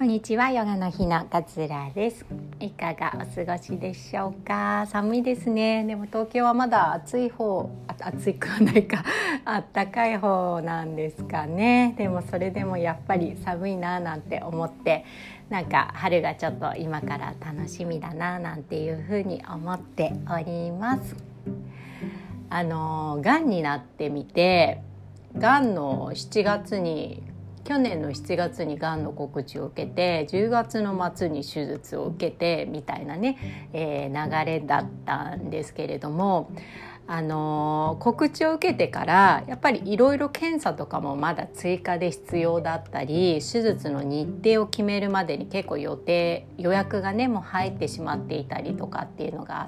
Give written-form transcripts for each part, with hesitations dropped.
こんにちは、ヨガの日の桂です。いかがお過ごしでしょうか。寒いですね。でも東京はまだ暑い方、暑くはないかあったかい方なんですかね。でもそれでもやっぱり寒いななんて思って、なんか春がちょっと今から楽しみだななんていうふうに思っております。がんになってみて、がんの去年の7月にがんの告知を受けて、10月の末に手術を受けてみたいなね、流れだったんですけれども、告知を受けてからやっぱりいろいろ検査とかもまだ追加で必要だったり、手術の日程を決めるまでに結構予約がねもう入ってしまっていたりとかっていうのがあって、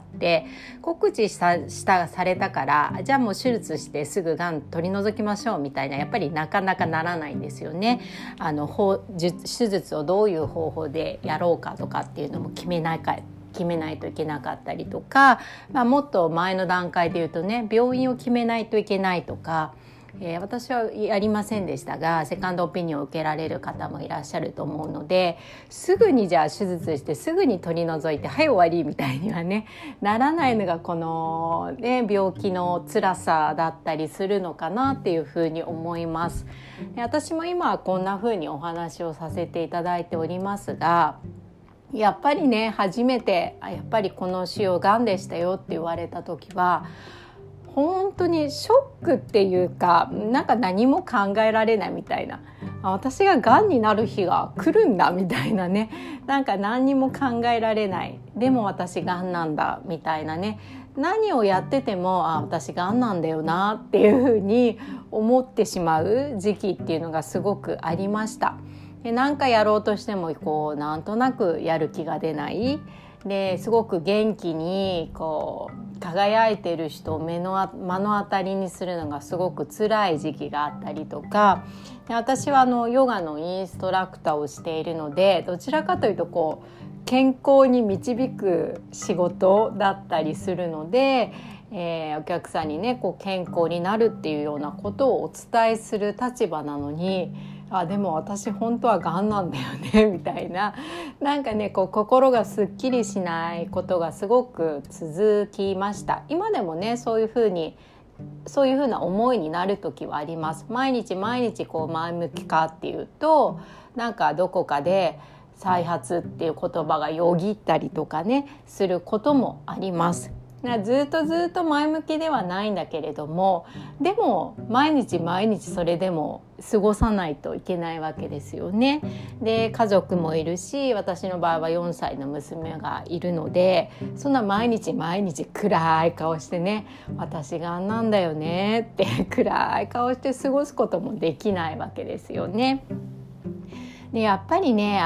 告知されたからじゃあもう手術してすぐがん取り除きましょうみたいな、やっぱりなかなかならないんですよね。手術をどういう方法でやろうかとかっていうのも決めないといけなかったりとか、もっと前の段階で言うとね、病院を決めないといけないとか、私はやりませんでしたが、セカンドオピニオンを受けられる方もいらっしゃると思うので、すぐにじゃあ手術してすぐに取り除いてはい終わりみたいにはねならないのがこの、病気の辛さだったりするのかなっていうふうに思います。私も今はこんなふうにお話をさせていただいておりますが、やっぱりね、初めてやっぱりこの腫瘍がんでしたよって言われた時は本当にショックっていうか、なんか何も考えられないみたいな、私ががんになる日が来るんだみたいなね、なんか何にも考えられない、でも私がんなんだみたいなね、何をやってても私がんなんだよなっていうふうに思ってしまう時期っていうのがすごくありました。なんかやろうとしてもなんとなくやる気が出ないですごく元気に輝いてる人を目の当たりにするのがすごく辛い時期があったりとか、私はヨガのインストラクターをしているので、どちらかというと健康に導く仕事だったりするので、お客さんにね健康になるっていうようなことをお伝えする立場なのに、でも私本当はがんなんだよねみたいな、なんかね心がすっきりしないことがすごく続きました。今でもねそういうふうな思いになる時はあります。毎日前向きかっていうと、なんかどこかで再発っていう言葉がよぎったりとかねすることもあります。ずっと前向きではないんだけれども、でも毎日それでも過ごさないといけないわけですよね。で家族もいるし、私の場合は4歳の娘がいるので、そんな毎日暗い顔してね、私がんなんだよねって暗い顔して過ごすこともできないわけですよね。でやっぱりね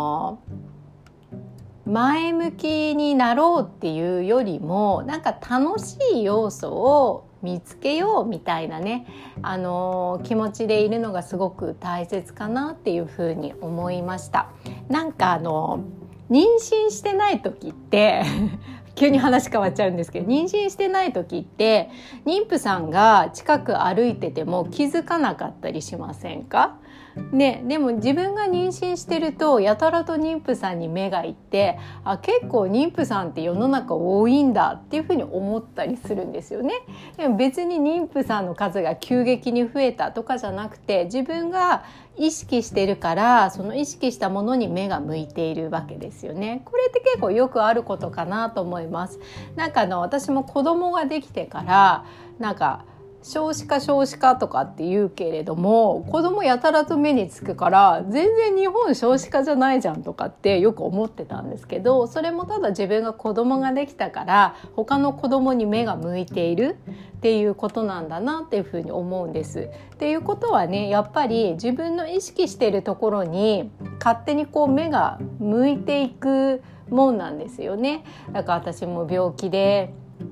前向きになろうっていうよりも、なんか楽しい要素を見つけようみたいなね、気持ちでいるのがすごく大切かなっていうふうに思いました。なんか妊娠してない時って急に話変わっちゃうんですけど、妊娠してない時って妊婦さんが近く歩いてても気づかなかったりしませんかね。でも自分が妊娠してるとやたらと妊婦さんに目がいって、結構妊婦さんって世の中多いんだっていうふうに思ったりするんですよね。でも別に妊婦さんの数が急激に増えたとかじゃなくて、自分が意識してるから、その意識したものに目が向いているわけですよね。これって結構よくあることかなと思います。なんか私も子供ができてから、なんか少子化とかって言うけれども、子供やたらと目につくから全然日本少子化じゃないじゃんとかってよく思ってたんですけど、それもただ自分が子供ができたから他の子供に目が向いているっていうことなんだなっていうふうに思うんです。っていうことはね、やっぱり自分の意識しているところに勝手に目が向いていくもんなんですよね。だから私も病気で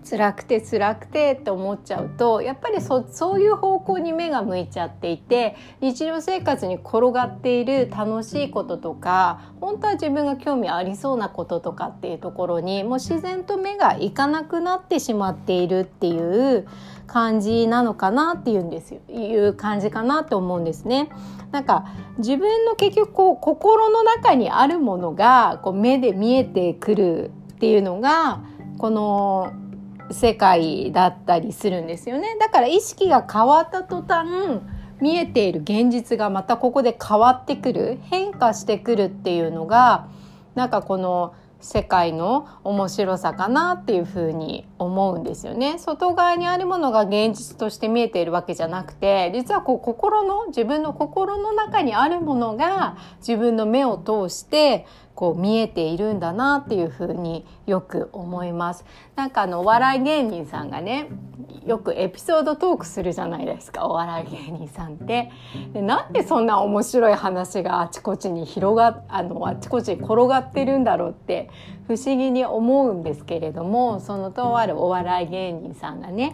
辛くてって思っちゃうと、やっぱりそういう方向に目が向いちゃっていて、日常生活に転がっている楽しいこととか、本当は自分が興味ありそうなこととかっていうところにもう自然と目がいかなくなってしまっているっていう感じなのかなっていう感じかなって思うんですね。なんか自分の結局心の中にあるものが目で見えてくるっていうのがこの世界だったりするんですよね。だから意識が変わった途端、見えている現実がまたここで変わってくる、変化してくるっていうのが、なんかこの世界の面白さかなっていうふうに思うんですよね。外側にあるものが現実として見えているわけじゃなくて、実は自分の心の中にあるものが自分の目を通して見えているんだなっていうふうによく思います。なんかお笑い芸人さんがね、よくエピソードトークするじゃないですか、お笑い芸人さんって。で、なんでそんな面白い話があちこちに転がってるんだろうって不思議に思うんですけれども、そのとあるお笑い芸人さんがね、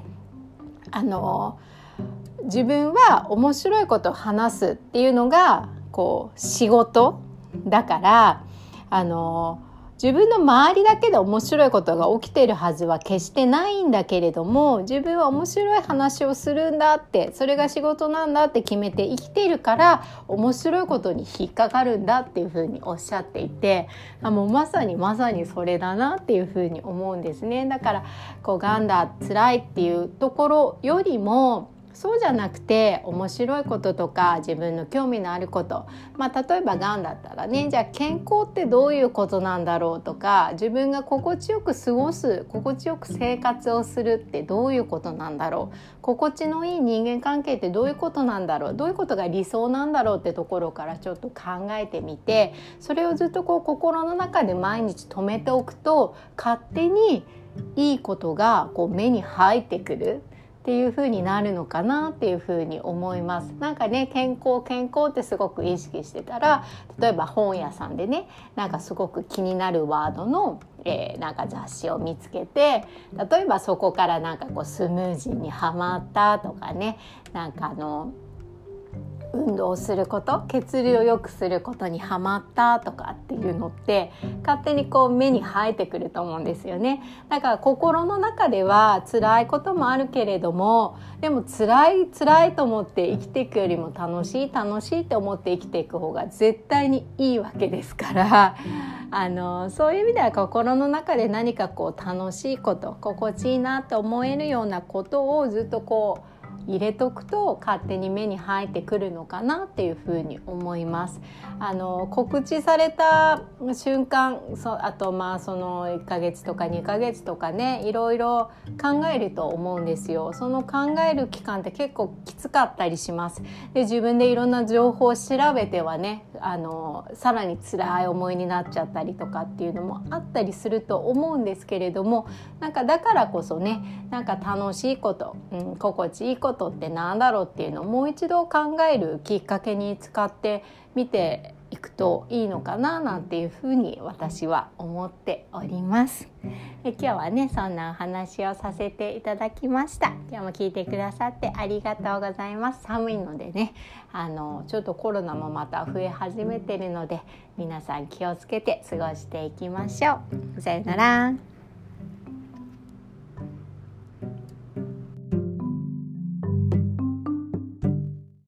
自分は面白いことを話すっていうのが仕事だから、自分の周りだけで面白いことが起きているはずは決してないんだけれども、自分は面白い話をするんだって、それが仕事なんだって決めて生きているから、面白いことに引っかかるんだっていうふうにおっしゃっていて、もうまさにそれだなっていうふうに思うんですね。だからがんだ、辛いっていうところよりも、そうじゃなくて面白いこととか自分の興味のあること、例えばがんだったらね、じゃあ健康ってどういうことなんだろうとか、自分が心地よく過ごす、心地よく生活をするってどういうことなんだろう、心地のいい人間関係ってどういうことなんだろう、どういうことが理想なんだろうってところからちょっと考えてみて、それをずっと心の中で毎日止めておくと、勝手にいいことが目に入ってくるっていう風になるのかなっていう風に思います。なんかね、健康ってすごく意識してたら、例えば本屋さんでね、なんかすごく気になるワードの、なんか雑誌を見つけて、例えばそこからなんかスムージーにはまったとかね、なんか運動すること、血流を良くすることにハマったとかっていうのって勝手に目に入ってくると思うんですよね。だから心の中では辛いこともあるけれども、でも辛いと思って生きていくよりも楽しいって思って生きていく方が絶対にいいわけですから、そういう意味では心の中で何か楽しいこと、心地いいなって思えるようなことをずっと入れとくと勝手に目に入ってくるのかなっていうふうに思います。告知された瞬間、あとその1ヶ月とか2ヶ月とかね、いろいろ考えると思うんですよ。その考える期間って結構きつかったりします。で、自分でいろんな情報を調べてはね、さらに辛い思いになっちゃったりとかっていうのもあったりすると思うんですけれども、だからこそね、なんか楽しいこと、心地いいことってなんだろうっていうのをもう一度考えるきっかけに使ってみていくといいのかななんていうふうに私は思っております。今日はね、そんなお話をさせていただきました。今日も聞いてくださってありがとうございます。寒いのでね、ちょっとコロナもまた増え始めているので、皆さん気をつけて過ごしていきましょう。さよなら。